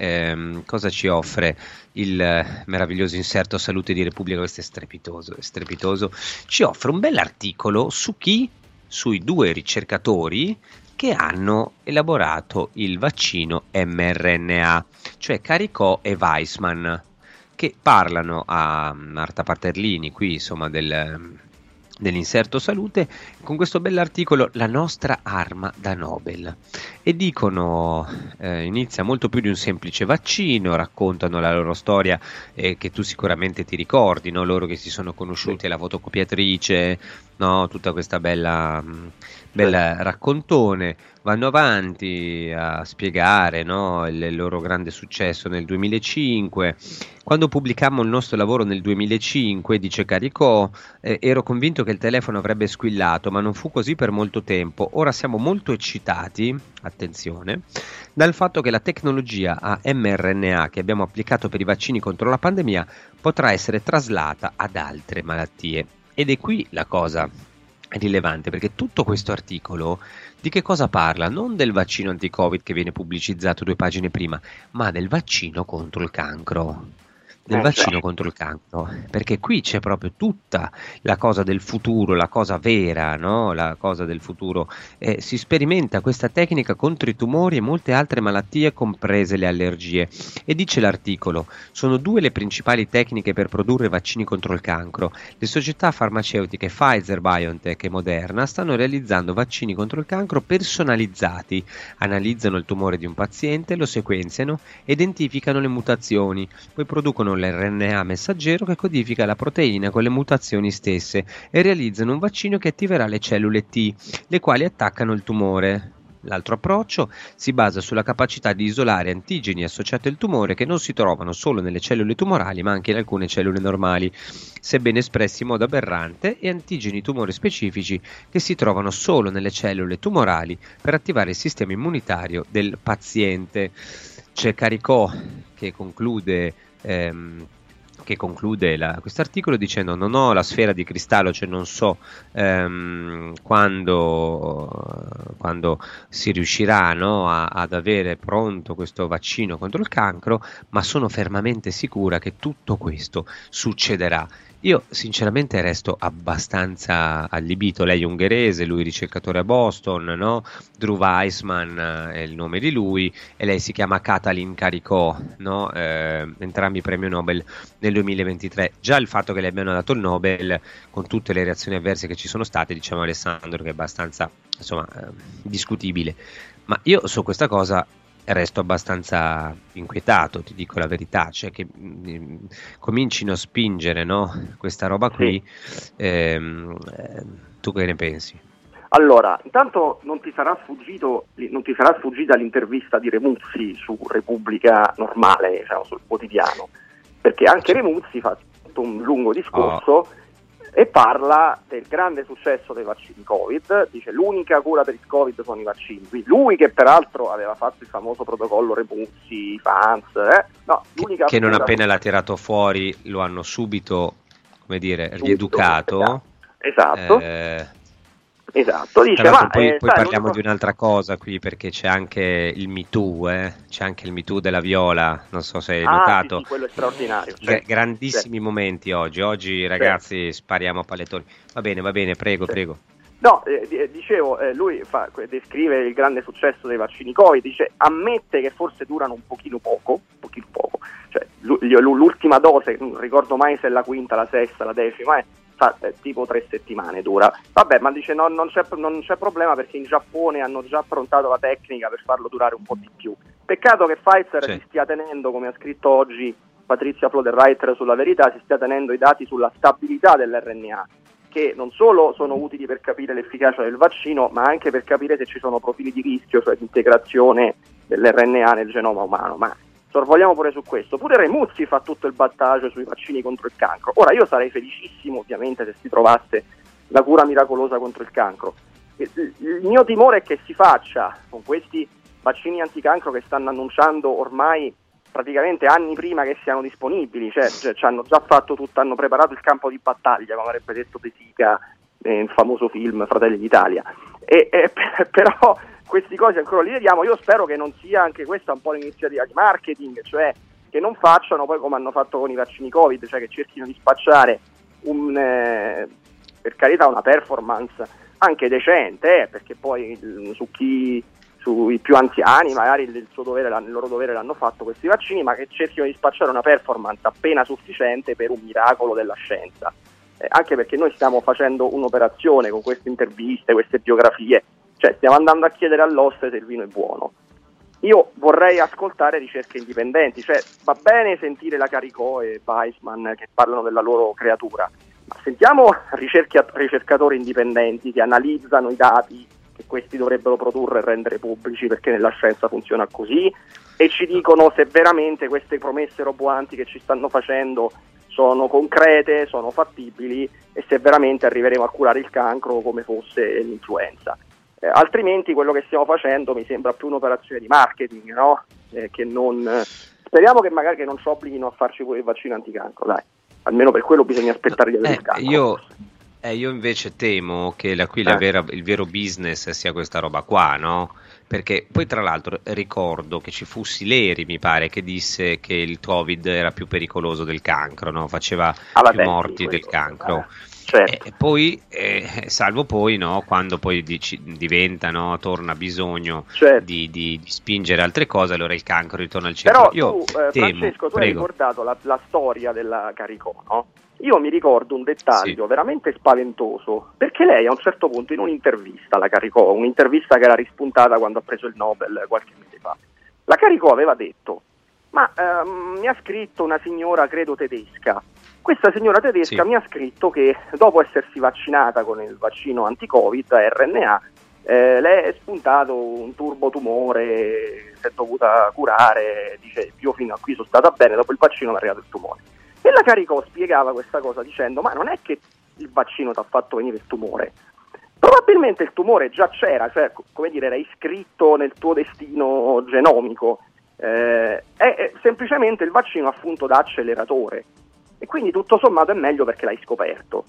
il meraviglioso inserto Salute di Repubblica? Questo è strepitoso. Ci offre un bell'articolo sui 2 ricercatori che hanno elaborato il vaccino mRNA, cioè Caricò e Weissmann, che parlano a Marta Paterlini qui, insomma, dell'inserto Salute, con questo bell'articolo La nostra arma da Nobel, e dicono inizia molto più di un semplice vaccino, raccontano la loro storia che tu sicuramente ti ricordi, no? Loro che si sono conosciuti alla fotocopiatrice, no? Tutta questa bella raccontone, vanno avanti a spiegare, no, il loro grande successo nel 2005. Quando pubblicammo il nostro lavoro nel 2005, dice Caricò, ero convinto che il telefono avrebbe squillato, ma non fu così per molto tempo. Ora siamo molto eccitati, attenzione, dal fatto che la tecnologia a mRNA che abbiamo applicato per i vaccini contro la pandemia potrà essere traslata ad altre malattie. Ed è qui la cosa rilevante, perché tutto questo articolo di che cosa parla? Non del vaccino anti-Covid che viene pubblicizzato 2 pagine prima, ma del vaccino contro il cancro. Contro il cancro, perché qui c'è proprio tutta la cosa del futuro, la cosa vera, no? La cosa del futuro. Si sperimenta questa tecnica contro i tumori e molte altre malattie, comprese le allergie. E dice l'articolo: sono 2 le principali tecniche per produrre vaccini contro il cancro. Le società farmaceutiche Pfizer, BioNTech e Moderna stanno realizzando vaccini contro il cancro personalizzati. Analizzano il tumore di un paziente, lo sequenziano, identificano le mutazioni, poi producono l'RNA messaggero che codifica la proteina con le mutazioni stesse e realizzano un vaccino che attiverà le cellule T, le quali attaccano il tumore. L'altro approccio si basa sulla capacità di isolare antigeni associati al tumore che non si trovano solo nelle cellule tumorali ma anche in alcune cellule normali, sebbene espressi in modo aberrante, e antigeni tumore specifici che si trovano solo nelle cellule tumorali per attivare il sistema immunitario del paziente. C'è Caricò che conclude questo articolo dicendo: non ho la sfera di cristallo, cioè non so quando si riuscirà, no, ad avere pronto questo vaccino contro il cancro, ma sono fermamente sicura che tutto questo succederà. Io sinceramente resto abbastanza allibito. Lei è ungherese, lui ricercatore a Boston, no? Drew Weissmann è il nome di lui, e lei si chiama Katalin Caricò, no? Entrambi premio Nobel nel 2023. Già il fatto che le abbiano dato il Nobel, con tutte le reazioni avverse che ci sono state, diciamo Alessandro, che è abbastanza, insomma, discutibile. Ma io su questa cosa resto abbastanza inquietato, ti dico la verità, cioè che comincino a spingere, no, questa roba qui. Tu che ne pensi? Allora, intanto non ti sarà sfuggita l'intervista di Remuzzi su Repubblica Normale, diciamo, sul quotidiano, perché anche Remuzzi fa tutto un lungo discorso e parla del grande successo dei vaccini Covid. Dice: l'unica cura per il Covid sono i vaccini. Lui, che peraltro aveva fatto il famoso protocollo Remuzzi, Fans, l'unica che non appena l'ha tirato fuori lo hanno subito, come dire, rieducato. Esatto. Esatto, dice, ma poi parliamo di un'altra cosa qui, perché c'è anche il Me Too, c'è anche il Me Too della Viola, non so se hai notato. Sì, quello è straordinario. Grandissimi momenti oggi ragazzi, spariamo a pallettoni. Va bene, prego. No, dicevo, lui descrive il grande successo dei vaccini Covid, dice, ammette che forse durano un pochino poco, cioè l'ultima dose, non ricordo mai se è la quinta, la sesta, la decima, tipo 3 settimane dura. Vabbè, ma dice non c'è problema, perché in Giappone hanno già approntato la tecnica per farlo durare un po' di più. Peccato che Pfizer si stia tenendo, come ha scritto oggi Patrizia Floderreiter sulla Verità, si stia tenendo i dati sulla stabilità dell'RNA, che non solo sono utili per capire l'efficacia del vaccino, ma anche per capire se ci sono profili di rischio, cioè di integrazione dell'RNA nel genoma umano. Ma sorvoliamo pure su questo. Pure Remuzzi fa tutto il battaggio sui vaccini contro il cancro. Ora, io sarei felicissimo, ovviamente, se si trovasse la cura miracolosa contro il cancro. Il mio timore è che si faccia con questi vaccini anticancro che stanno annunciando ormai praticamente anni prima che siano disponibili, cioè ci hanno già fatto tutto, hanno preparato il campo di battaglia, come avrebbe detto De Sica nel famoso film Fratelli d'Italia, però questi cose ancora li vediamo. Io spero che non sia anche questa un po' l'iniziativa di marketing, cioè che non facciano poi come hanno fatto con i vaccini Covid, cioè che cerchino di spacciare per carità una performance anche decente, perché poi sui più anziani magari il loro dovere l'hanno fatto questi vaccini, ma che cerchino di spacciare una performance appena sufficiente per un miracolo della scienza, anche perché noi stiamo facendo un'operazione con queste interviste, queste biografie, cioè stiamo andando a chiedere all'oste se il vino è buono. Io vorrei ascoltare ricerche indipendenti, cioè va bene sentire la Caricò e Weissman che parlano della loro creatura, ma sentiamo ricercatori indipendenti che analizzano i dati che questi dovrebbero produrre e rendere pubblici, perché nella scienza funziona così, e ci dicono se veramente queste promesse roboanti che ci stanno facendo sono concrete, sono fattibili, e se veramente arriveremo a curare il cancro come fosse l'influenza. Altrimenti quello che stiamo facendo mi sembra più un'operazione di marketing, no? Che non speriamo che magari che non ci obblighino a farci pure il vaccino anticancro, dai, almeno per quello bisogna aspettare di avere il cancro. Io invece temo che il vero business sia questa roba qua, no? Perché poi tra l'altro ricordo che ci fu Sileri, mi pare, che disse che il Covid era più pericoloso del cancro, no? Faceva più morti del cancro. Certo. E poi, salvo poi, no, quando poi diventa, no, torna bisogno di spingere altre cose, allora il cancro ritorna al centro. Però Francesco, tu hai ricordato la storia della Caricò, no? Io mi ricordo un dettaglio veramente spaventoso, perché lei a un certo punto in un'intervista, la Caricò, un'intervista che era rispuntata quando ha preso il Nobel qualche mese fa, la Caricò aveva detto: ma mi ha scritto una signora, credo tedesca, questa signora tedesca mi ha scritto che dopo essersi vaccinata con il vaccino anti-Covid a RNA le è spuntato un turbotumore, si è dovuta curare, dice io fino a qui sono stata bene, dopo il vaccino mi è arrivato il tumore. E la Caricò spiegava questa cosa dicendo: ma non è che il vaccino ti ha fatto venire il tumore, probabilmente il tumore già c'era, cioè come dire era iscritto nel tuo destino genomico, è semplicemente il vaccino ha funto da acceleratore, e quindi tutto sommato è meglio perché l'hai scoperto.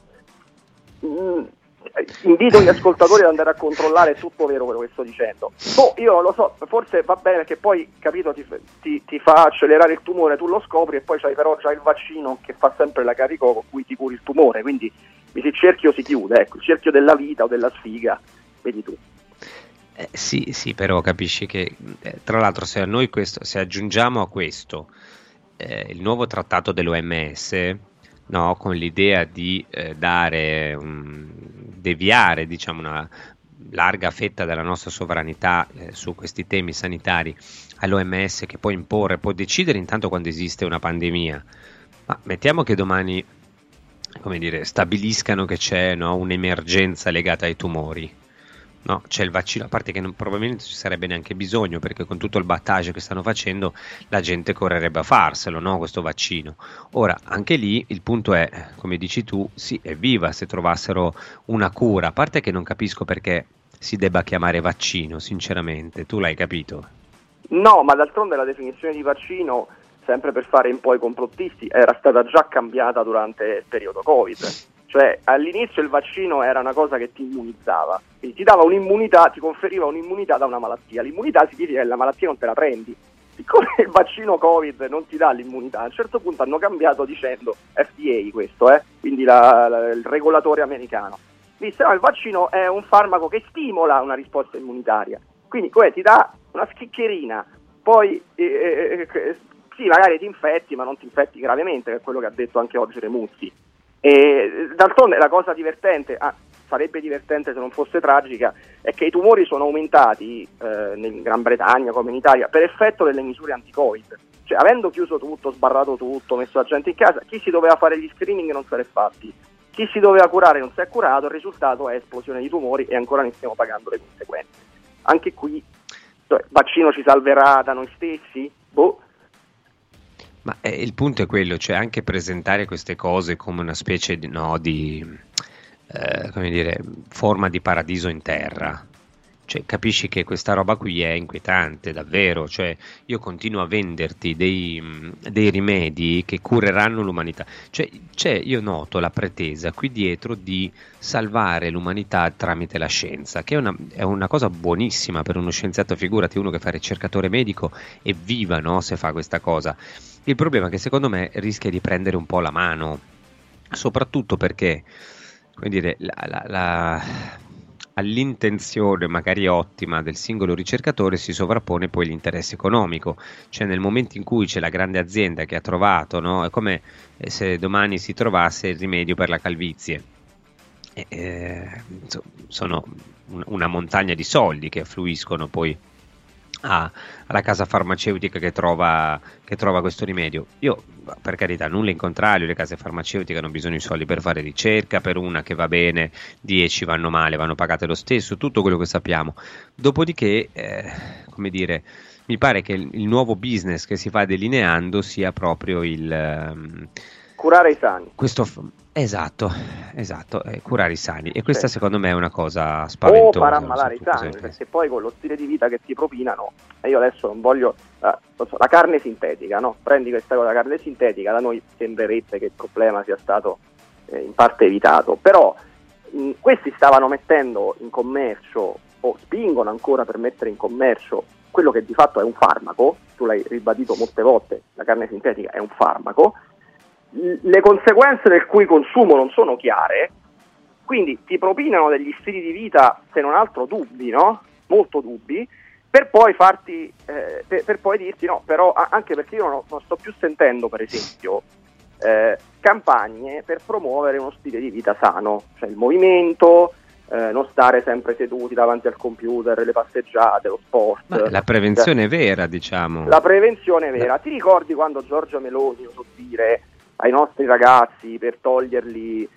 Invito gli ascoltatori ad andare a controllare, è tutto vero quello che sto dicendo. Io lo so, forse va bene perché poi, capito, ti fa accelerare il tumore, tu lo scopri e poi c'hai però già il vaccino che fa sempre la Caricò con cui ti curi il tumore, quindi il cerchio si chiude, ecco, il cerchio della vita o della sfiga, vedi tu. Sì, però capisci che tra l'altro se aggiungiamo a questo il nuovo trattato dell'OMS, no, con l'idea di deviare, diciamo, una larga fetta della nostra sovranità su questi temi sanitari all'OMS, che può imporre, può decidere intanto quando esiste una pandemia, ma mettiamo che domani, come dire, stabiliscano che c'è, no, un'emergenza legata ai tumori. No, c'è il vaccino, a parte che probabilmente ci sarebbe neanche bisogno, perché con tutto il battage che stanno facendo la gente correrebbe a farselo, no, questo vaccino. Ora, anche lì il punto è, come dici tu, sì, evviva se trovassero una cura, a parte che non capisco perché si debba chiamare vaccino, sinceramente, tu l'hai capito? No, ma d'altronde la definizione di vaccino, sempre per fare un po' i complottisti, era stata già cambiata durante il periodo Covid. Cioè all'inizio il vaccino era una cosa che ti immunizzava, quindi ti dava un'immunità, ti conferiva un'immunità da una malattia. L'immunità significa che la malattia non te la prendi. Siccome il vaccino Covid non ti dà l'immunità, a un certo punto hanno cambiato dicendo FDA questo, quindi il regolatore americano. Disse no, il vaccino è un farmaco che stimola una risposta immunitaria, quindi ti dà una schiccherina, poi sì, magari ti infetti, ma non ti infetti gravemente, che è quello che ha detto anche oggi Remuzzi. E d'altronde la cosa divertente, sarebbe divertente se non fosse tragica, è che i tumori sono aumentati in Gran Bretagna come in Italia per effetto delle misure anti-Covid. Cioè, avendo chiuso tutto, sbarrato tutto, messo la gente in casa, chi si doveva fare gli screening non se l'è fatti, chi si doveva curare non si è curato, il risultato è esplosione di tumori e ancora ne stiamo pagando le conseguenze. Anche qui, il vaccino ci salverà da noi stessi? Ma il punto è quello, cioè anche presentare queste cose come una specie di, come dire, forma di paradiso in terra, cioè, capisci che questa roba qui è inquietante, davvero. Cioè, io continuo a venderti dei rimedi che cureranno l'umanità. Cioè, io noto la pretesa qui dietro di salvare l'umanità tramite la scienza, che è una cosa buonissima per uno scienziato, figurati uno che fa ricercatore medico, evviva, no, se fa questa cosa. Il problema è che secondo me rischia di prendere un po' la mano, soprattutto perché, come dire, all'intenzione magari ottima del singolo ricercatore si sovrappone poi l'interesse economico. Cioè, nel momento in cui c'è la grande azienda che ha trovato, no? È come se domani si trovasse il rimedio per la calvizie. Sono una montagna di soldi che affluiscono poi alla casa farmaceutica che trova questo rimedio. Io, per carità, nulla in contrario, le case farmaceutiche hanno bisogno di soldi per fare ricerca, per una che va bene 10 vanno male, vanno pagate lo stesso, tutto quello che sappiamo. Dopodiché, come dire, mi pare che il nuovo business che si va delineando sia proprio il curare i sani. Esatto, curare i sani, e questa secondo me è una cosa spaventosa. O far ammalare i sani, perché poi con lo stile di vita che ti propinano, e io adesso non voglio, la carne sintetica, no? Prendi questa cosa, la carne sintetica, da noi sembrerebbe che il problema sia stato in parte evitato, però questi stavano mettendo in commercio, o spingono ancora per mettere in commercio, quello che di fatto è un farmaco. Tu l'hai ribadito molte volte, la carne sintetica è un farmaco. Le conseguenze del cui consumo non sono chiare, quindi ti propinano degli stili di vita, se non altro dubbi, no? Molto dubbi, per poi farti per poi dirti no, però anche perché io non sto più sentendo, per esempio, campagne per promuovere uno stile di vita sano, cioè il movimento, non stare sempre seduti davanti al computer, le passeggiate, lo sport. Ma la prevenzione vera, diciamo. La prevenzione vera. Ti ricordi quando Giorgia Meloni osò dire ai nostri ragazzi, per toglierli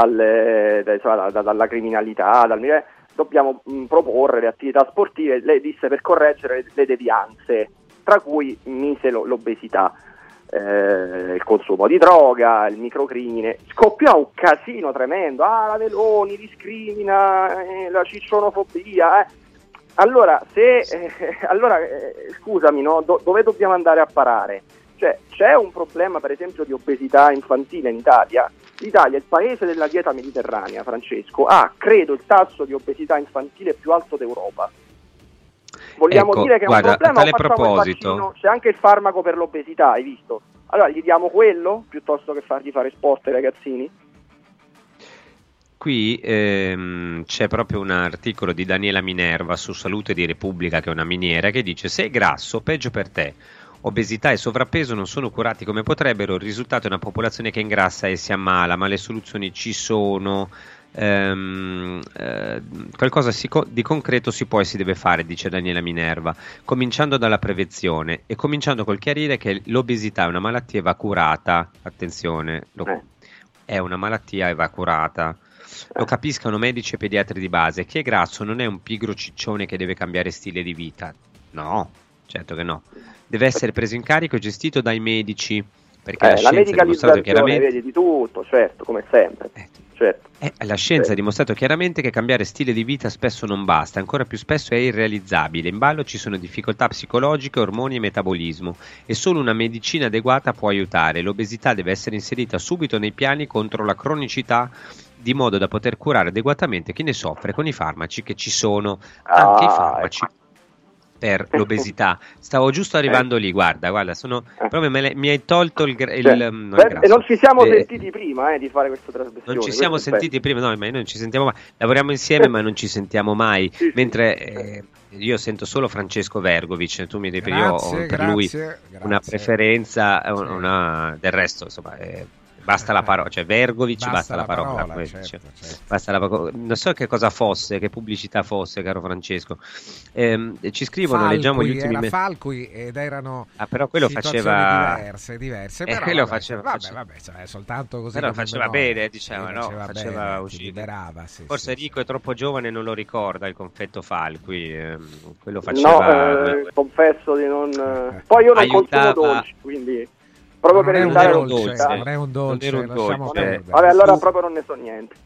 dalla criminalità, dobbiamo proporre le attività sportive, lei disse, per correggere le devianze, tra cui mise l'obesità, il consumo di droga, il microcrimine. Scoppiò un casino tremendo, la Meloni discrimina, la ciccionofobia, Allora, scusami, no? Dove dobbiamo andare a parare? Cioè, c'è un problema, per esempio, di obesità infantile in Italia. L'Italia è il paese della dieta mediterranea, Francesco, ha, credo, il tasso di obesità infantile più alto d'Europa. Vogliamo dire che è un problema, a tale proposito, vaccino, c'è anche il farmaco per l'obesità, hai visto? Allora, gli diamo quello piuttosto che fargli fare sport ai ragazzini? Qui c'è proprio un articolo di Daniela Minerva su Salute di Repubblica, che è una miniera, che dice: sei grasso, peggio per te. Obesità e sovrappeso non sono curati come potrebbero, il risultato è una popolazione che ingrassa e si ammala, ma le soluzioni ci sono, qualcosa di concreto si può e si deve fare, dice Daniela Minerva, cominciando dalla prevenzione e cominciando col chiarire che l'obesità è una malattia e va curata, attenzione, è una malattia e va curata. Lo capiscano medici e pediatri di base, chi è grasso non è un pigro ciccione che deve cambiare stile di vita, no, certo che no. Deve essere preso in carico e gestito dai medici, perché la scienza ha dimostrato chiaramente, vedi, di tutto, certo, come sempre. Certo. La scienza ha dimostrato chiaramente che cambiare stile di vita spesso non basta, ancora più spesso è irrealizzabile. In ballo ci sono difficoltà psicologiche, ormoni e metabolismo, e solo una medicina adeguata può aiutare. L'obesità deve essere inserita subito nei piani contro la cronicità, di modo da poter curare adeguatamente chi ne soffre con i farmaci che ci sono, anche i farmaci per l'obesità. Stavo giusto arrivando lì, guarda, sono proprio mi hai tolto il grasso. E non ci siamo sentiti prima di fare questa trasmissione. Non ci siamo sentiti prima, no, ma noi non ci sentiamo mai. Lavoriamo insieme ma non ci sentiamo mai. Sì, mentre io sento solo Francesco Vergovic, tu mi devi, io ho per lui una preferenza, del resto, insomma, basta la parola, cioè Vergovic basta la parola, certo. Basta la parola. Non so che cosa fosse, che pubblicità fosse, caro Francesco. Ci scrivono, Falcui, leggiamo gli ultimi era Falcui ed erano però quello faceva diverse però quello faceva cioè, soltanto così, però faceva bene, diciamo, no? Faceva uscire. Forse Rico è troppo giovane e non lo ricorda il confetto Falcui, quello faceva. No, confesso di non. Poi io non consumo dolci, quindi proprio per evitare non è un dolce. Vabbè, allora proprio non ne so niente.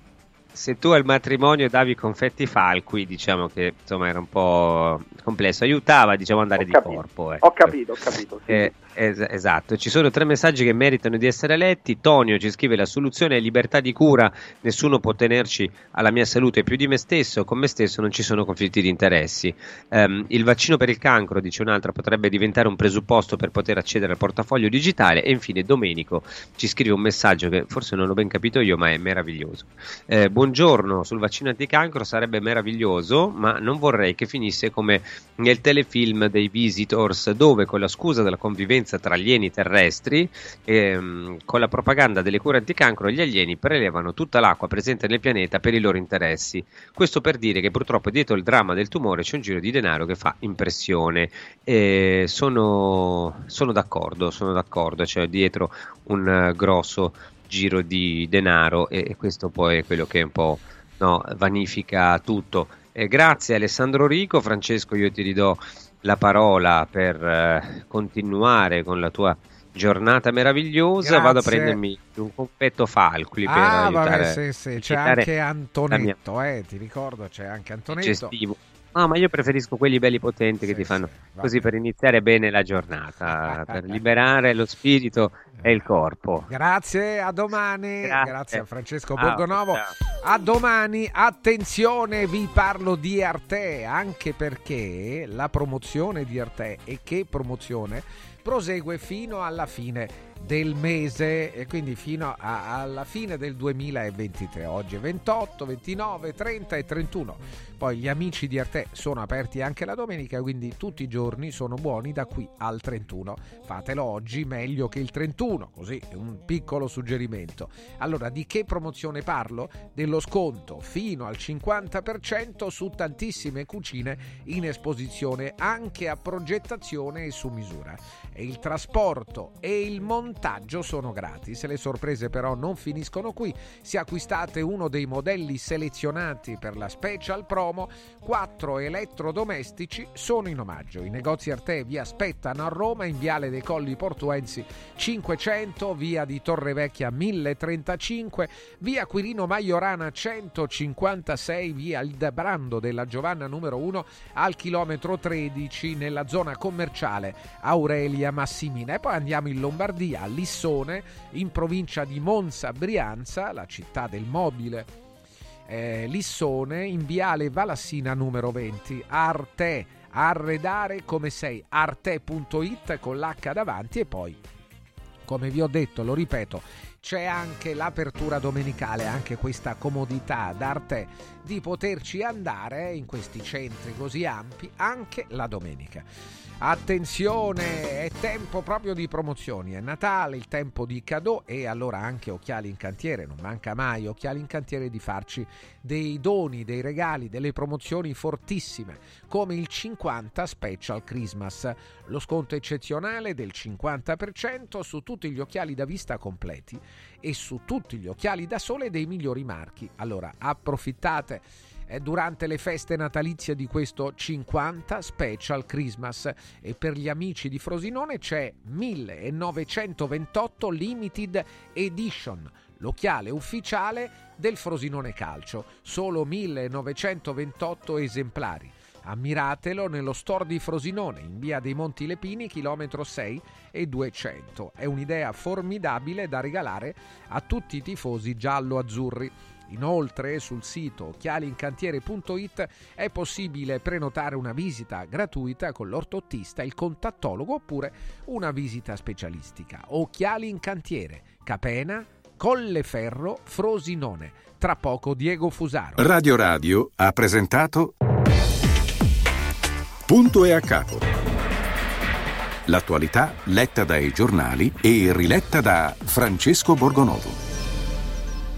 se tu al matrimonio davi confetti falqui, diciamo che insomma era un po' complesso, aiutava, diciamo, andare di corpo. Ho capito. Sì. Esatto, ci sono 3 messaggi che meritano di essere letti. Tonio ci scrive: la soluzione è libertà di cura, nessuno può tenerci alla mia salute più di me stesso, con me stesso non ci sono conflitti di interessi. Il vaccino per il cancro, dice un'altra, potrebbe diventare un presupposto per poter accedere al portafoglio digitale. E infine Domenico ci scrive un messaggio che forse non l'ho ben capito io, ma è meraviglioso. Buongiorno, sul vaccino anticancro sarebbe meraviglioso, ma non vorrei che finisse come nel telefilm dei Visitors, dove con la scusa della convivenza tra alieni terrestri con la propaganda delle cure anticancro gli alieni prelevano tutta l'acqua presente nel pianeta per i loro interessi. Questo per dire che purtroppo dietro il dramma del tumore c'è un giro di denaro che fa impressione. Sono d'accordo, c'è dietro un grosso giro di denaro e questo poi è quello che un po' vanifica tutto. Grazie Alessandro Rico. Francesco, io ti ridò la parola per continuare con la tua giornata meravigliosa. Grazie. Vado a prendermi un confetto falqui per aiutare. Sì, c'è anche Antonetto, ti ricordo, c'è anche Antonetto. Gestivo. No, ma io preferisco quelli belli potenti che ti fanno così per iniziare bene la giornata, per liberare lo spirito e il corpo. Grazie, a domani. Grazie a Francesco Borgonovo. A domani. Attenzione, vi parlo di Arte, anche perché la promozione di Arte, e che promozione, prosegue fino alla fine del mese e quindi fino alla fine del 2023. Oggi è 28, 29, 30 e 31. Poi gli amici di Arte sono aperti anche la domenica, quindi tutti i giorni sono buoni da qui al 31. Fatelo oggi meglio che il 31, così è un piccolo suggerimento. Allora, di che promozione parlo? Dello sconto fino al 50% su tantissime cucine in esposizione, anche a progettazione e su misura. E il trasporto e il montaggio sono gratis. Le sorprese però non finiscono qui. Se acquistate uno dei modelli selezionati per la special promo, 4 elettrodomestici sono in omaggio. I negozi Arte vi aspettano a Roma, in Viale dei Colli Portuensi 500, via di Torrevecchia 1035, via Quirino Maiorana 156, via Ildebrando della Giovanna numero 1 al chilometro 13 nella zona commerciale Aurelia Massimina. E poi andiamo in Lombardia, a Lissone, in provincia di Monza Brianza, la città del mobile. Lissone, in viale Valassina numero 20. Arte, arredare come sei, arte.it con l'H davanti. E poi, come vi ho detto, lo ripeto, c'è anche l'apertura domenicale, anche questa comodità d'Arte di poterci andare in questi centri così ampi anche la domenica. Attenzione, è tempo proprio di promozioni, è Natale, il tempo di cadeau, e allora anche Occhiali in Cantiere, non manca mai Occhiali in Cantiere di farci dei doni, dei regali, delle promozioni fortissime, come il 50 Special Christmas, lo sconto eccezionale del 50% su tutti gli occhiali da vista completi e su tutti gli occhiali da sole dei migliori marchi. Allora approfittate durante le feste natalizie di questo 50 Special Christmas, e per gli amici di Frosinone c'è 1928 Limited Edition, l'occhiale ufficiale del Frosinone Calcio, solo 1928 esemplari. Ammiratelo nello store di Frosinone in via dei Monti Lepini, chilometro 6 e 200. È un'idea formidabile da regalare a tutti i tifosi giallo-azzurri. Inoltre sul sito occhialincantiere.it è possibile prenotare una visita gratuita con l'ortottista, il contattologo oppure una visita specialistica. Occhiali in Cantiere, Capena, Colleferro, Frosinone. Tra poco Diego Fusaro. Radio Radio ha presentato Punto e a capo. L'attualità letta dai giornali e riletta da Francesco Borgonovo.